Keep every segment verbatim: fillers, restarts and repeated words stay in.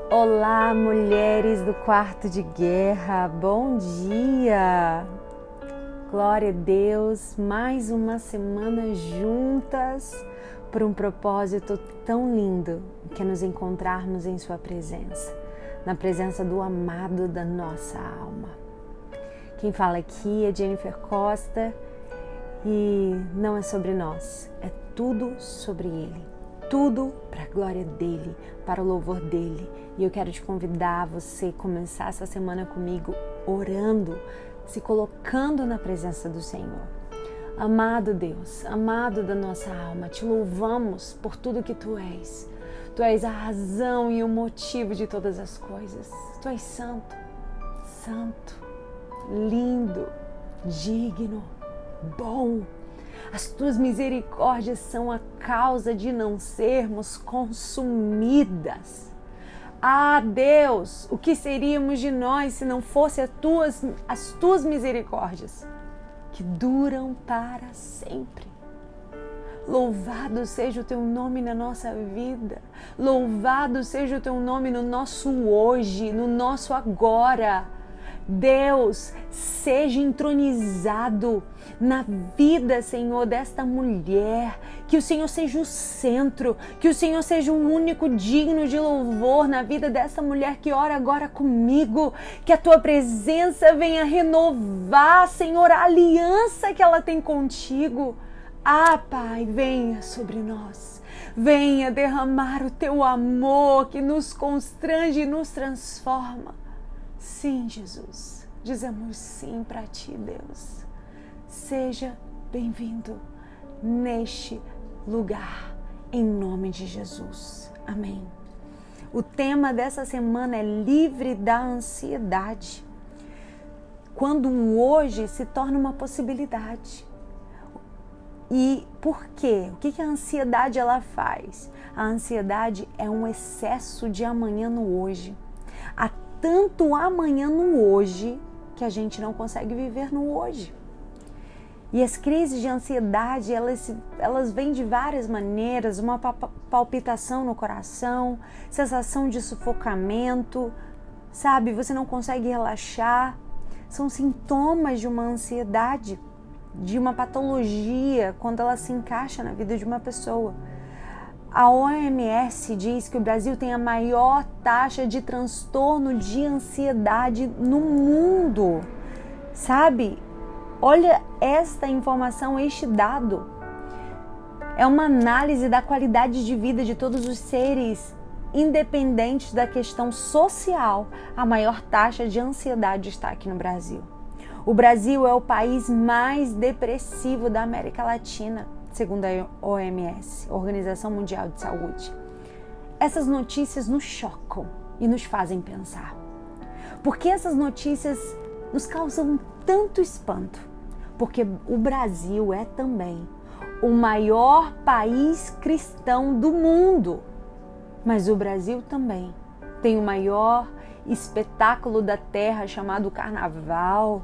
Olá, mulheres do quarto de guerra, bom dia! Glória a Deus, mais uma semana juntas por um propósito tão lindo que é nos encontrarmos em Sua presença, na presença do amado da nossa alma. Quem fala aqui é Jennifer Costa e não é sobre nós, é tudo sobre Ele. Tudo para a glória dEle, para o louvor dEle. E eu quero te convidar a você começar essa semana comigo orando, se colocando na presença do Senhor. Amado Deus, amado da nossa alma, te louvamos por tudo que Tu és. Tu és a razão e o motivo de todas as coisas. Tu és santo, santo, lindo, digno, bom. As Tuas misericórdias são a causa de não sermos consumidas. Ah, Deus, o que seríamos de nós se não fossem as tuas, as tuas misericórdias, que duram para sempre? Louvado seja o Teu nome na nossa vida. Louvado seja o Teu nome no nosso hoje, no nosso agora. Deus, seja entronizado na vida, Senhor, desta mulher, que o Senhor seja o centro, que o Senhor seja o único digno de louvor na vida dessa mulher que ora agora comigo, que a Tua presença venha renovar, Senhor, a aliança que ela tem contigo. Ah, Pai, venha sobre nós, venha derramar o Teu amor que nos constrange e nos transforma. Sim, Jesus, dizemos sim para Ti, Deus. Seja bem-vindo neste lugar, em nome de Jesus. Amém. O tema dessa semana é livre da ansiedade. Quando o hoje se torna uma possibilidade. E por quê? O que a ansiedade ela faz? A ansiedade é um excesso de amanhã no hoje. Há tanto amanhã no hoje que a gente não consegue viver no hoje. E as crises de ansiedade, elas, elas vêm de várias maneiras, uma palpitação no coração, sensação de sufocamento, sabe? Você não consegue relaxar. São sintomas de uma ansiedade, de uma patologia, quando ela se encaixa na vida de uma pessoa. A O M S diz que o Brasil tem a maior taxa de transtorno de ansiedade no mundo, sabe? Olha esta informação, este dado. É uma análise da qualidade de vida de todos os seres, independente da questão social. A maior taxa de ansiedade está aqui no Brasil. O Brasil é o país mais depressivo da América Latina, segundo a O M S, Organização Mundial de Saúde. Essas notícias nos chocam e nos fazem pensar. Por que essas notícias nos causam tanto espanto? Porque o Brasil é também o maior país cristão do mundo. Mas o Brasil também tem o maior espetáculo da terra chamado Carnaval,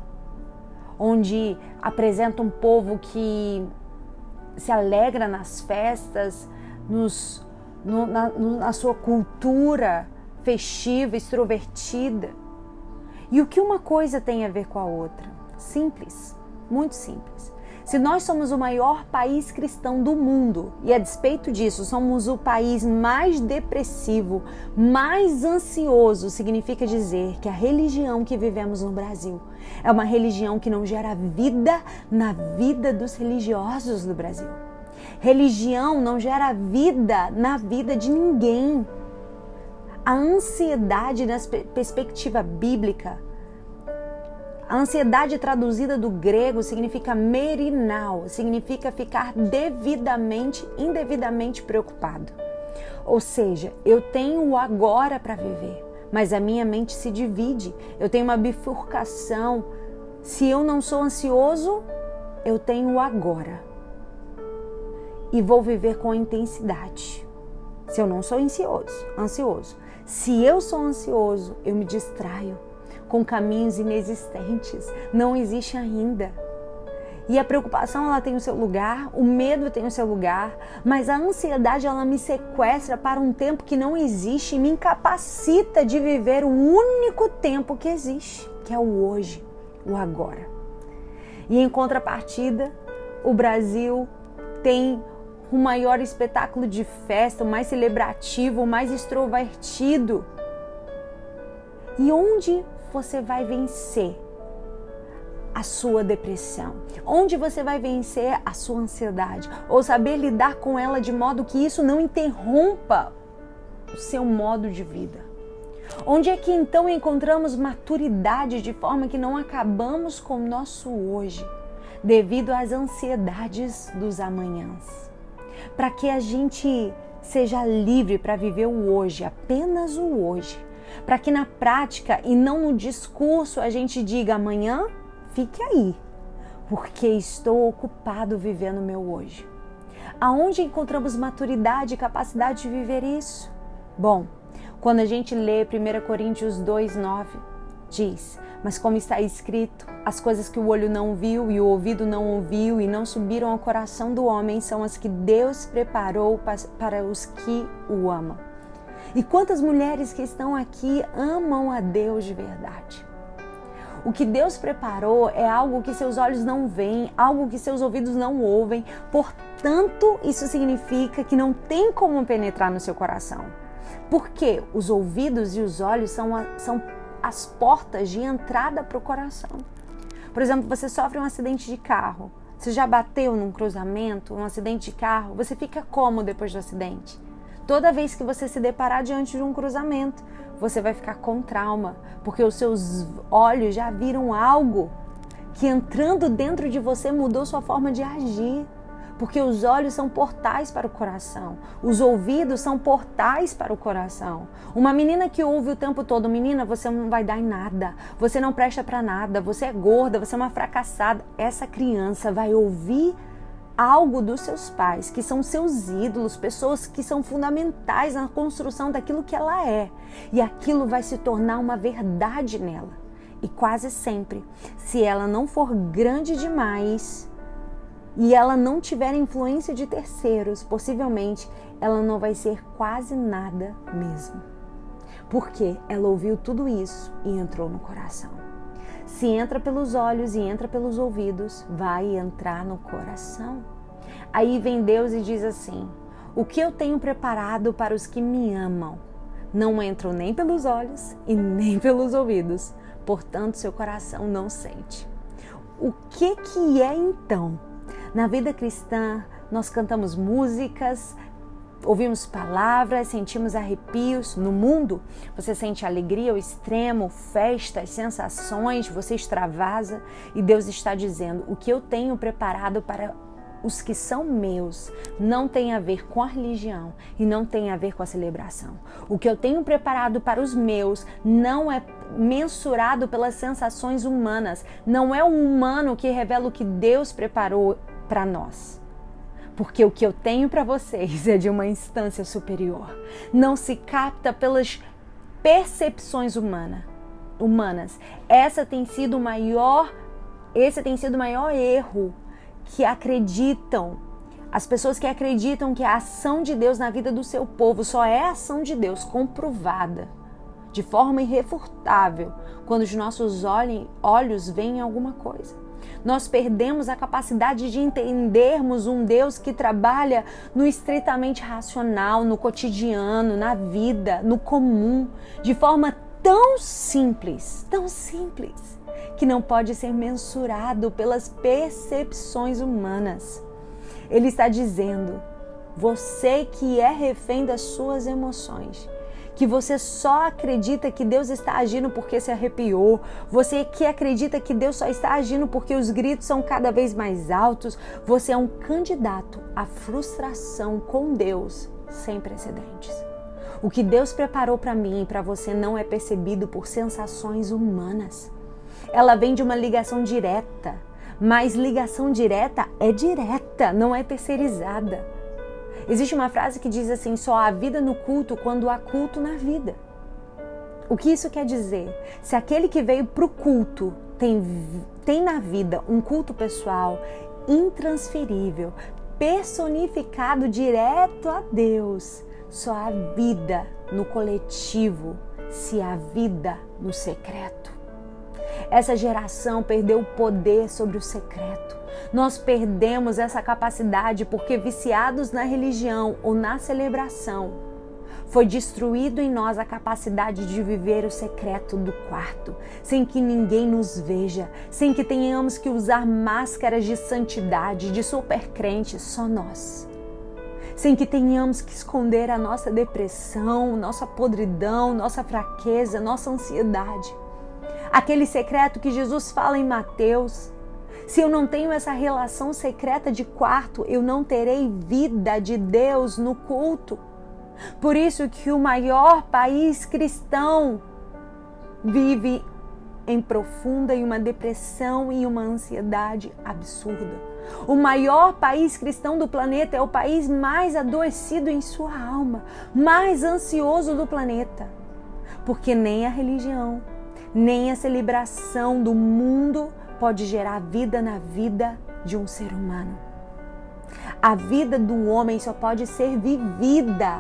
onde apresenta um povo que se alegra nas festas, nos, no, na, no, na sua cultura festiva, extrovertida. E o que uma coisa tem a ver com a outra? Simples, muito simples. Se nós somos o maior país cristão do mundo e a despeito disso somos o país mais depressivo, mais ansioso, significa dizer que a religião que vivemos no Brasil é uma religião que não gera vida na vida dos religiosos do Brasil. Religião não gera vida na vida de ninguém. A ansiedade, na perspectiva bíblica, a ansiedade traduzida do grego significa merinal, significa ficar devidamente, indevidamente preocupado. Ou seja, eu tenho o agora para viver, mas a minha mente se divide, eu tenho uma bifurcação. Se eu não sou ansioso, eu tenho o agora e vou viver com intensidade. Se eu não sou ansioso, ansioso. Se eu sou ansioso, eu me distraio com caminhos inexistentes, não existe ainda. E a preocupação, ela tem o seu lugar, o medo tem o seu lugar, mas a ansiedade, ela me sequestra para um tempo que não existe e me incapacita de viver o único tempo que existe, que é o hoje, o agora. E em contrapartida, o Brasil tem o maior espetáculo de festa, o mais celebrativo, o mais extrovertido. E onde você vai vencer a sua depressão? Onde você vai vencer a sua ansiedade? Ou saber lidar com ela de modo que isso não interrompa o seu modo de vida? Onde é que então encontramos maturidade de forma que não acabamos com o nosso hoje, devido às ansiedades dos amanhãs? Para que a gente seja livre para viver o hoje, apenas o hoje. Para que na prática e não no discurso a gente diga amanhã, fique aí, porque estou ocupado vivendo o meu hoje. Aonde encontramos maturidade e capacidade de viver isso? Bom, quando a gente lê primeira Coríntios dois, nove, diz: mas como está escrito, as coisas que o olho não viu e o ouvido não ouviu e não subiram ao coração do homem são as que Deus preparou para os que o amam. E quantas mulheres que estão aqui amam a Deus de verdade? O que Deus preparou é algo que seus olhos não veem, algo que seus ouvidos não ouvem. Portanto, isso significa que não tem como penetrar no seu coração. Porque os ouvidos e os olhos são, a, são as portas de entrada para o coração. Por exemplo, você sofre um acidente de carro. Você já bateu num cruzamento, um acidente de carro? Você fica como depois do acidente? Toda vez que você se deparar diante de um cruzamento, você vai ficar com trauma, porque os seus olhos já viram algo que entrando dentro de você mudou sua forma de agir. Porque os olhos são portais para o coração, os ouvidos são portais para o coração. Uma menina que ouve o tempo todo: menina, você não vai dar em nada, você não presta para nada, você é gorda, você é uma fracassada. Essa criança vai ouvir algo dos seus pais, que são seus ídolos, pessoas que são fundamentais na construção daquilo que ela é. E aquilo vai se tornar uma verdade nela. E quase sempre, se ela não for grande demais e ela não tiver influência de terceiros, possivelmente ela não vai ser quase nada mesmo. Porque ela ouviu tudo isso e entrou no coração. Se entra pelos olhos e entra pelos ouvidos, vai entrar no coração. Aí vem Deus e diz assim: o que eu tenho preparado para os que me amam não entram nem pelos olhos e nem pelos ouvidos, portanto seu coração não sente. O que que é então? Na vida cristã, nós cantamos músicas, ouvimos palavras, sentimos arrepios. No mundo, você sente alegria ao extremo, festas, sensações, você extravasa. E Deus está dizendo: o que eu tenho preparado para os que são meus não tem a ver com a religião e não tem a ver com a celebração. O que eu tenho preparado para os meus não é mensurado pelas sensações humanas. Não é o humano que revela o que Deus preparou para nós. Porque o que eu tenho para vocês é de uma instância superior. Não se capta pelas percepções humana, humanas. Essa tem sido o maior, esse tem sido o maior erro que acreditam. As pessoas que acreditam que a ação de Deus na vida do seu povo só é a ação de Deus comprovada, de forma irrefutável, quando os nossos olhos veem alguma coisa. Nós perdemos a capacidade de entendermos um Deus que trabalha no estritamente racional, no cotidiano, na vida, no comum, de forma tão simples, tão simples, que não pode ser mensurado pelas percepções humanas. Ele está dizendo: você que é refém das suas emoções, que você só acredita que Deus está agindo porque se arrepiou, você que acredita que Deus só está agindo porque os gritos são cada vez mais altos, você é um candidato à frustração com Deus sem precedentes. O que Deus preparou para mim e para você não é percebido por sensações humanas. Ela vem de uma ligação direta, mas ligação direta é direta, não é terceirizada. Existe uma frase que diz assim: só há vida no culto quando há culto na vida. O que isso quer dizer? Se aquele que veio para o culto tem, tem na vida um culto pessoal intransferível, personificado direto a Deus, só há vida no coletivo se há vida no secreto. Essa geração perdeu o poder sobre o secreto. Nós perdemos essa capacidade porque, viciados na religião ou na celebração, foi destruído em nós a capacidade de viver o secreto do quarto, sem que ninguém nos veja, sem que tenhamos que usar máscaras de santidade, de supercrente, só nós. Sem que tenhamos que esconder a nossa depressão, nossa podridão, nossa fraqueza, nossa ansiedade. Aquele secreto que Jesus fala em Mateus. Se eu não tenho essa relação secreta de quarto, eu não terei vida de Deus no culto. Por isso que o maior país cristão vive em profunda e uma depressão e uma ansiedade absurda. O maior país cristão do planeta é o país mais adoecido em sua alma, mais ansioso do planeta. Porque nem a religião, nem a celebração do mundo pode gerar vida na vida de um ser humano. A vida do homem só pode ser vivida.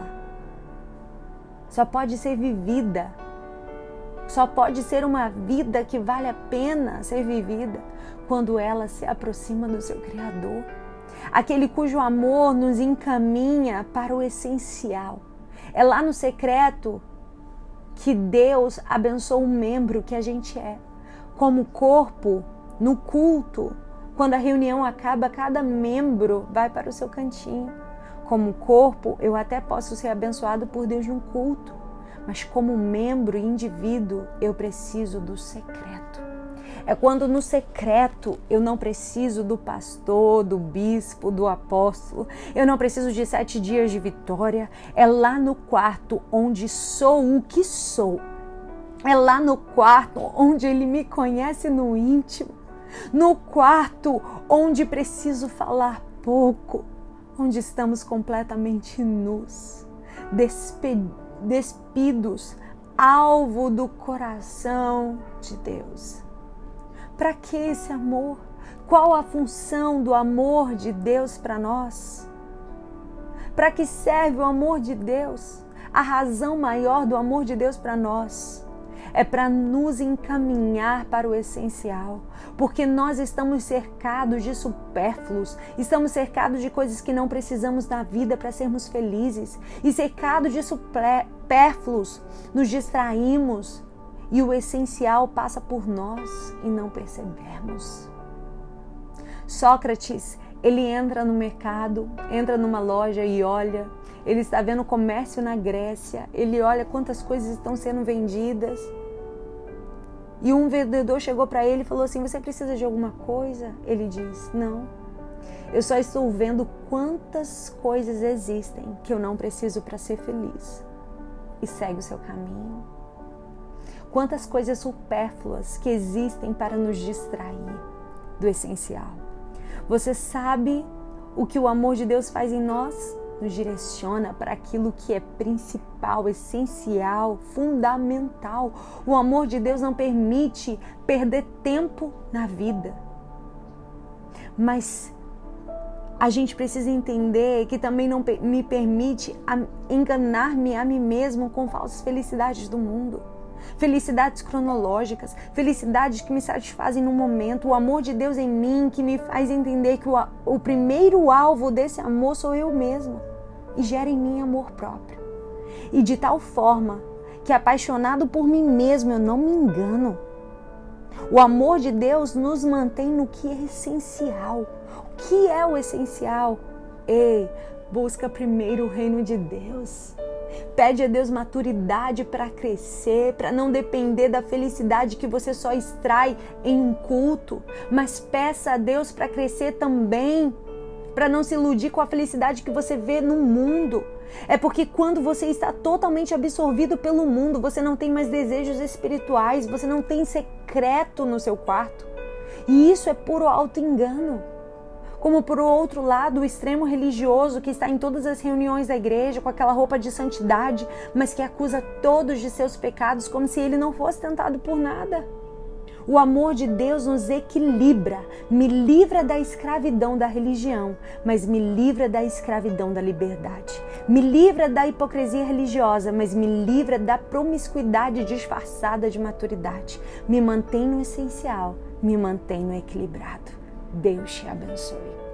Só pode ser vivida. Só pode ser uma vida que vale a pena ser vivida quando ela se aproxima do seu Criador. Aquele cujo amor nos encaminha para o essencial. É lá no secreto que Deus abençoa o membro que a gente é. Como corpo, no culto, quando a reunião acaba, cada membro vai para o seu cantinho. Como corpo, eu até posso ser abençoado por Deus num culto, mas como membro e indivíduo, eu preciso do secreto. É quando no secreto eu não preciso do pastor, do bispo, do apóstolo, eu não preciso de sete dias de vitória. É lá no quarto onde sou o que sou. É lá no quarto onde Ele me conhece no íntimo. No quarto onde preciso falar pouco, onde estamos completamente nus, despe- despidos, alvo do coração de Deus. Para que esse amor? Qual a função do amor de Deus para nós? Para que serve o amor de Deus? A razão maior do amor de Deus para nós é para nos encaminhar para o essencial, porque nós estamos cercados de supérfluos, estamos cercados de coisas que não precisamos na vida para sermos felizes, e cercados de supérfluos, nos distraímos e o essencial passa por nós e não percebemos. Sócrates, ele entra no mercado, entra numa loja e olha, ele está vendo comércio na Grécia, ele olha quantas coisas estão sendo vendidas. E um vendedor chegou para ele e falou assim: você precisa de alguma coisa? Ele diz: não, eu só estou vendo quantas coisas existem que eu não preciso para ser feliz. E segue o seu caminho. Quantas coisas supérfluas que existem para nos distrair do essencial. Você sabe o que o amor de Deus faz em nós? Nos direciona para aquilo que é principal, essencial, fundamental. O amor de Deus não permite perder tempo na vida. Mas a gente precisa entender que também não me permite enganar-me a mim mesmo com falsas felicidades do mundo. Felicidades cronológicas, felicidades que me satisfazem no momento, o amor de Deus em mim que me faz entender que o, o primeiro alvo desse amor sou eu mesma e gera em mim amor próprio. E de tal forma que, apaixonado por mim mesmo, eu não me engano. O amor de Deus nos mantém no que é essencial. O que é o essencial? Ei, busca primeiro o reino de Deus. Pede a Deus maturidade para crescer, para não depender da felicidade que você só extrai em um culto, mas peça a Deus para crescer também, para não se iludir com a felicidade que você vê no mundo. É porque quando você está totalmente absorvido pelo mundo, você não tem mais desejos espirituais, você não tem secreto no seu quarto. E isso é puro auto-engano. como por outro lado o extremo religioso que está em todas as reuniões da igreja com aquela roupa de santidade, mas que acusa todos de seus pecados como se ele não fosse tentado por nada. O amor de Deus nos equilibra, me livra da escravidão da religião, mas me livra da escravidão da liberdade. Me livra da hipocrisia religiosa, mas me livra da promiscuidade disfarçada de maturidade. Me mantém no essencial, me mantém no equilibrado. Deus te abençoe.